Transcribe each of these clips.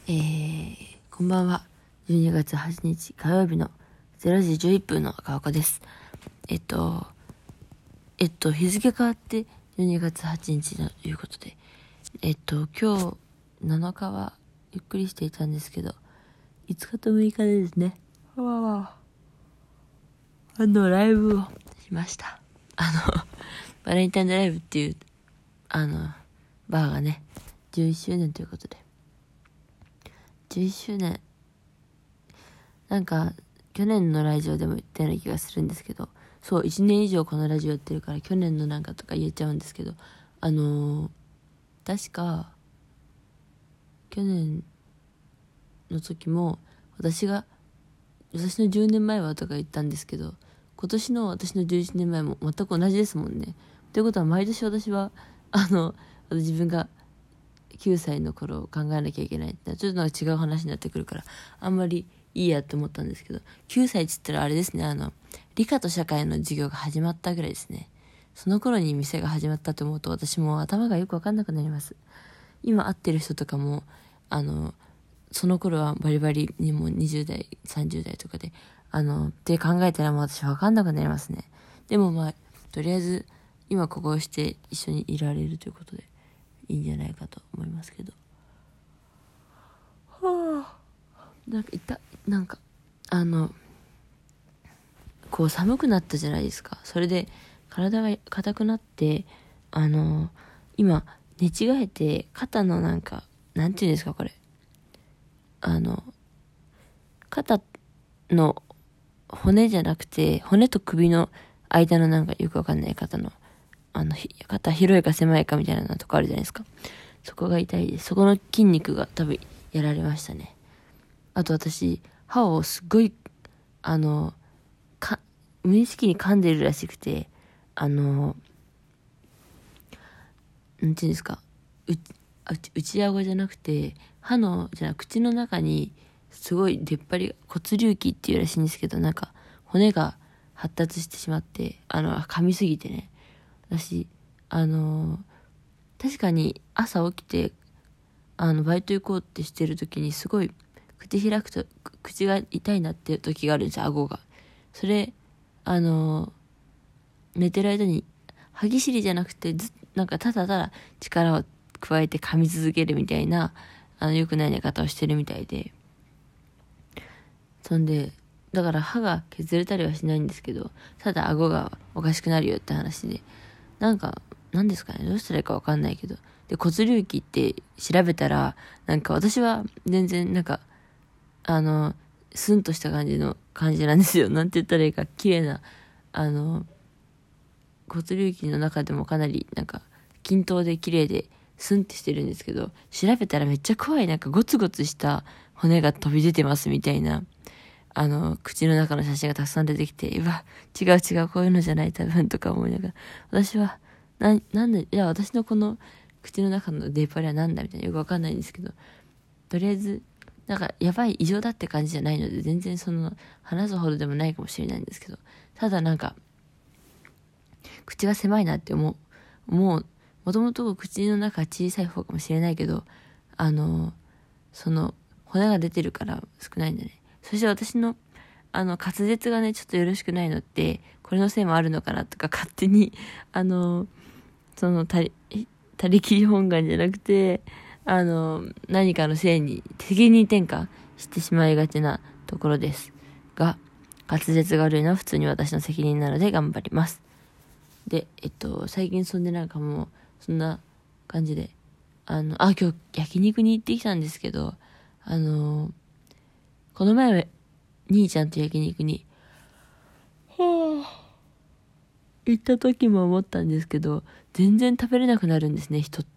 こんばんは。12月8日火曜日の0時11分の赤岡です。日付変わって12月8日ということで、今日7日はゆっくりしていたんですけど、5日と6日でですね、ライブをしました。バレンタインドライブっていう、バーがね、11周年ということで、11周年、なんか去年のラジオでも言ったような気がするんですけど、そう、1年以上このラジオやってるから去年のなんかとか言えちゃうんですけど、確か去年の時も私の10年前はとか言ったんですけど、今年の私の11年前も全く同じですもんね。ということは毎年私は自分が9歳の頃を考えなきゃいけないって、ちょっとなんか違う話になってくるからあんまりいいやって思ったんですけど、9歳っつったらあれですね、理科と社会の授業が始まったぐらいですね。その頃に店が始まったと思うと私も頭がよくわかんなくなります。今会ってる人とかもその頃はバリバリにも20代30代とかでって考えたらもう私わかんなくなりますね。でもまあとりあえず今ここをして一緒にいられるということでいいんじゃないかと思いますけど、なんかこう寒くなったじゃないですか。それで体が硬くなって今寝違えて肩のなんていうんですかこれ、肩の骨じゃなくて骨と首の間のなんかよくわかんない肩の肩広いか狭いかみたいなとこあるじゃないですか。そこが痛いです。そこの筋肉が多分やられましたね。あと私歯をすっごい無意識に噛んでるらしくて、なんていうんですか、内顎じゃなくて口の中にすごい出っ張り骨隆起っていうらしいんですけど、なんか骨が発達してしまって噛みすぎてね。私確かに朝起きてバイト行こうってしてる時にすごい口開くと口が痛いなっていう時があるんですよ、顎が。それ寝てる間に歯ぎしりじゃなくてなんかただただ力を加えて噛み続けるみたいな良くない寝方をしてるみたいで、そんでだから歯が削れたりはしないんですけど、ただ顎がおかしくなるよって話で、なんですかね、どうしたらいいかわかんないけど、で骨隆起って調べたらなんか私は全然なんかスンとした感じなんですよ。なんて言ったらいいか、綺麗な骨隆起の中でもかなりなんか均等で綺麗でスンってしてるんですけど、調べたらめっちゃ怖いなんかゴツゴツした骨が飛び出てますみたいな口の中の写真がたくさん出てきて、うわ違うこういうのじゃない多分とか思いながら、私はなんで、いや私のこの口の中の出っ張りはなんだみたいなよくわかんないんですけど、とりあえずなんかやばい異常だって感じじゃないので全然話すほどでもないかもしれないんですけど、ただなんか口が狭いなってもともと口の中小さい方かもしれないけど骨が出てるから少ないんだね。そして私の滑舌がねちょっとよろしくないのってこれのせいもあるのかなとか勝手に他力本願じゃなくて何かのせいに責任転嫁してしまいがちなところですが、滑舌が悪いのは普通に私の責任なので頑張ります。で最近そんでなんかもうそんな感じで今日焼肉に行ってきたんですけど、この前は兄ちゃんと焼肉に行った時も思ったんですけど、全然食べれなくなるんですね、人って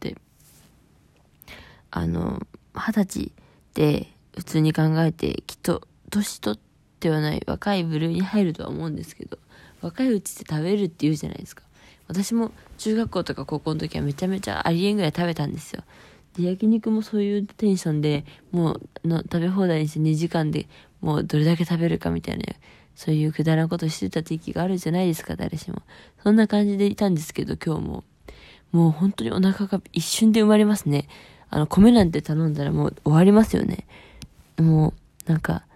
。20歳で普通に考えてきっと年取ってはない若い部類に入るとは思うんですけど、若いうちって食べるって言うじゃないですか。私も中学校とか高校の時はめちゃめちゃありえんぐらい食べたんですよ。で焼肉もそういうテンションでもう食べ放題にして2時間でもうどれだけ食べるかみたいな、そういうくだらんことしてた時期があるじゃないですか、誰しも。そんな感じでいたんですけど、今日もう本当にお腹が一瞬で埋まりますね。 米なんて頼んだらもう終わりますよね。もう、なんか、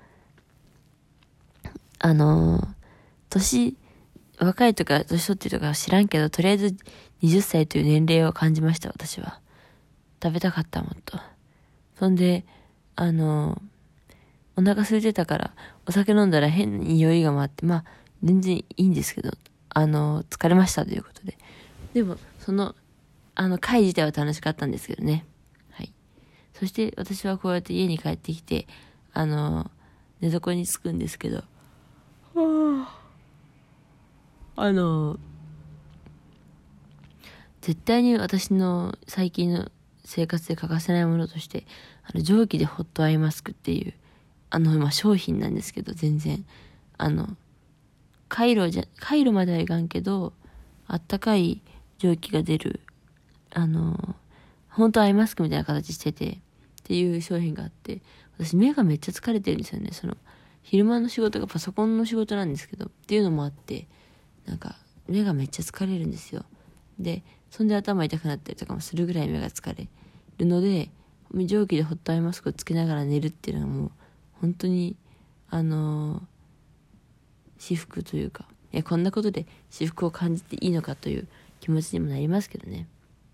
若いとか年取ってるとか知らんけど、とりあえず20歳という年齢を感じました、私は。食べたかった、もっと。そんで、お腹空いてたから、お酒飲んだら変に酔いが回って、まあ、全然いいんですけど、疲れましたということで。でも、会自体は楽しかったんですけどね。はい。そして私はこうやって家に帰ってきて、寝床に着くんですけど、絶対に私の最近の生活で欠かせないものとして、蒸気でホットアイマスクっていう、商品なんですけど、全然、カイロまではいかんけど、あったかい蒸気が出る、本当アイマスクみたいな形してて、っていう商品があって、私目がめっちゃ疲れてるんですよね。昼間の仕事がパソコンの仕事なんですけど、っていうのもあって、なんか、目がめっちゃ疲れるんですよ。で、そんで頭痛くなったりとかもするぐらい目が疲れるので、蒸気でホットアイマスクをつけながら寝るっていうのはもう、本当に、至福というか、こんなことで至福を感じていいのかという気持ちにもなりますけどね。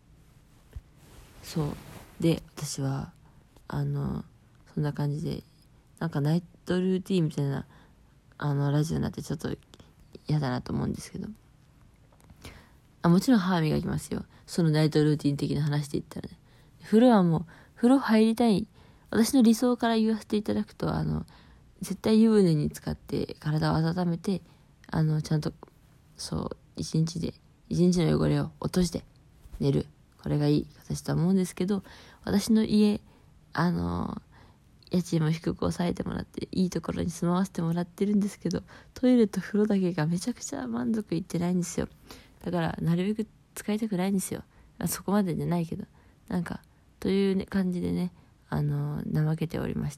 そう。で、私は、そんな感じで、なんかナイトルーティーンみたいな、ラジオになってちょっと嫌だなと思うんですけど。もちろん歯磨きますよ。そのナイトルーティン的な話で言ったらね。風呂入りたい。私の理想から言わせていただくと、絶対湯船に浸かって体を温めて、ちゃんと、一日の汚れを落として寝る。これがいい形とは思うんですけど、私の家、家賃も低く抑えてもらって、いいところに住まわせてもらってるんですけど、トイレと風呂だけがめちゃくちゃ満足いってないんですよ。だからなるべく使いたくないんですよ。そこまでじゃないけど、なんかという、ね、感じでね、怠けておりまして、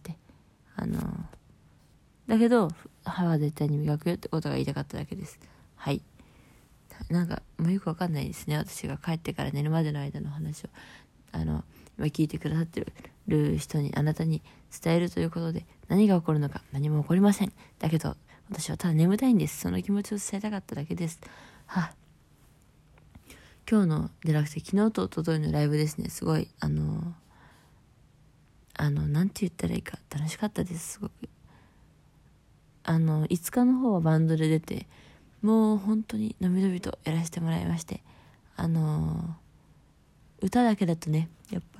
だけど歯は絶対に磨くよってことが言いたかっただけです。はい。なんかもうよくわかんないですね。私が帰ってから寝るまでの間の話を今聞いてくださってる人に、あなたに伝えるということで、何が起こるのか何も起こりません。だけど私はただ眠たいんです。その気持ちを伝えたかっただけです。今日のじゃなくて昨日と一昨日のライブですね。すごいなんて言ったらいいか、楽しかったです。すごく5日の方はバンドで出て、もう本当にのびのびとやらせてもらいまして、歌だけだとね、やっぱ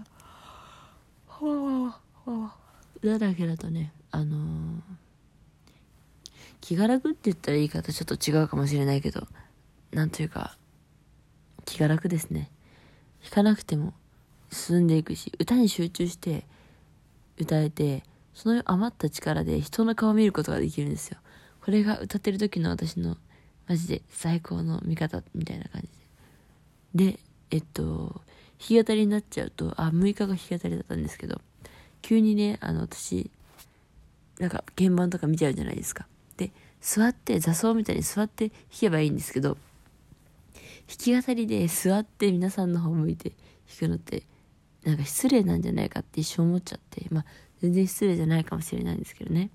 歌だけだとね、気が楽って言ったら言い方ちょっと違うかもしれないけど、なんというか気が楽ですね。弾かなくても進んでいくし、歌に集中して歌えて、その余った力で人の顔を見ることができるんですよ。これが歌ってる時の私のマジで最高の見方みたいな感じで。で、弾き語りになっちゃうと、6日が弾き語りだったんですけど、急にね、私、なんか鍵盤とか見ちゃうじゃないですか。で、座って座奏みたいに座って弾けばいいんですけど、弾き語りで座って皆さんの方向いて弾くのってなんか失礼なんじゃないかって一瞬思っちゃって、全然失礼じゃないかもしれないんですけどね、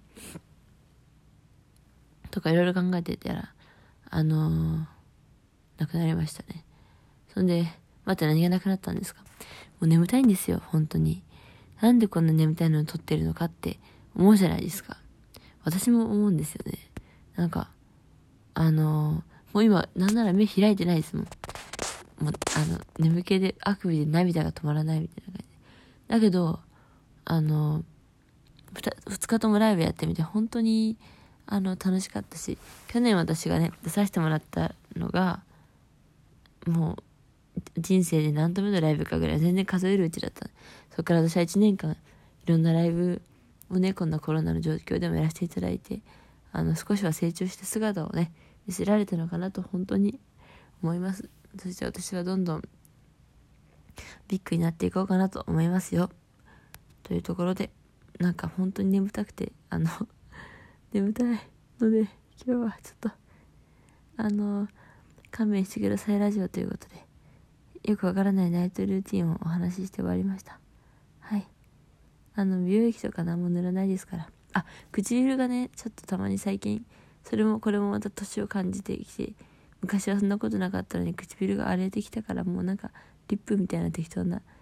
とかいろいろ考えてたらなくなりましたね。そんで待って何がなくなったんですか。もう眠たいんですよ本当に。なんでこんな眠たいのに撮ってるのかって思うじゃないですか。私も思うんですよね。なんかもう今なんなら目開いてないですもん。もう眠気であくびで涙が止まらないみたいな感じだけど、2日ともライブやってみて本当に楽しかったし、去年私がね出させてもらったのがもう人生で何度目のライブかぐらい全然数えるうちだった。そこから私は1年間いろんなライブをね、こんなコロナの状況でもやらせていただいて、少しは成長した姿をね見せられたのかなと本当に思います。そして私はどんどんビッグになっていこうかなと思いますよ。というところで、なんか本当に眠たくて眠たいので今日はちょっと勘弁してくださいラジオということで、よくわからないナイトルーティンをお話しして終わりました。 美容液とか何も塗らないですから。唇がね、ちょっとたまに最近、それもこれもまた年を感じてきて、昔はそんなことなかったのに唇が荒れてきたから、もうなんかリップみたいな適当な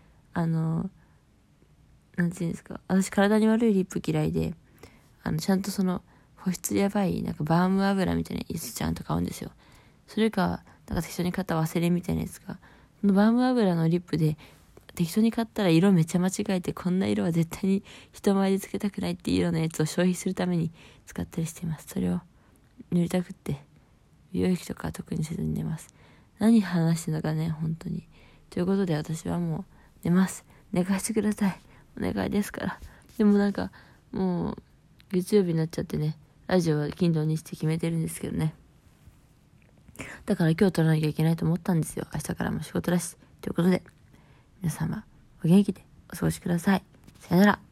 なんていうんですか、私体に悪いリップ嫌いで、ちゃんとその保湿やばいなんかバーム油みたいなやつちゃんと買うんですよ。それかなんか適当に買ったワセレンみたいなやつが、そのバーム油のリップで適当に買ったら色めっちゃ間違えて、こんな色は絶対に人前でつけたくないっていう色のやつを消費するために使ったりしています。それを塗りたくって美容液とかは特にせずに寝ます。何話してんのかね、本当に。ということで私はもう寝ます。寝かしてください。お願いですから。でもなんかもう月曜日になっちゃってね、ラジオは金土日って決めてるんですけどね。だから今日撮らなきゃいけないと思ったんですよ。明日からも仕事だし。ということで皆様お元気でお過ごしください。さよなら。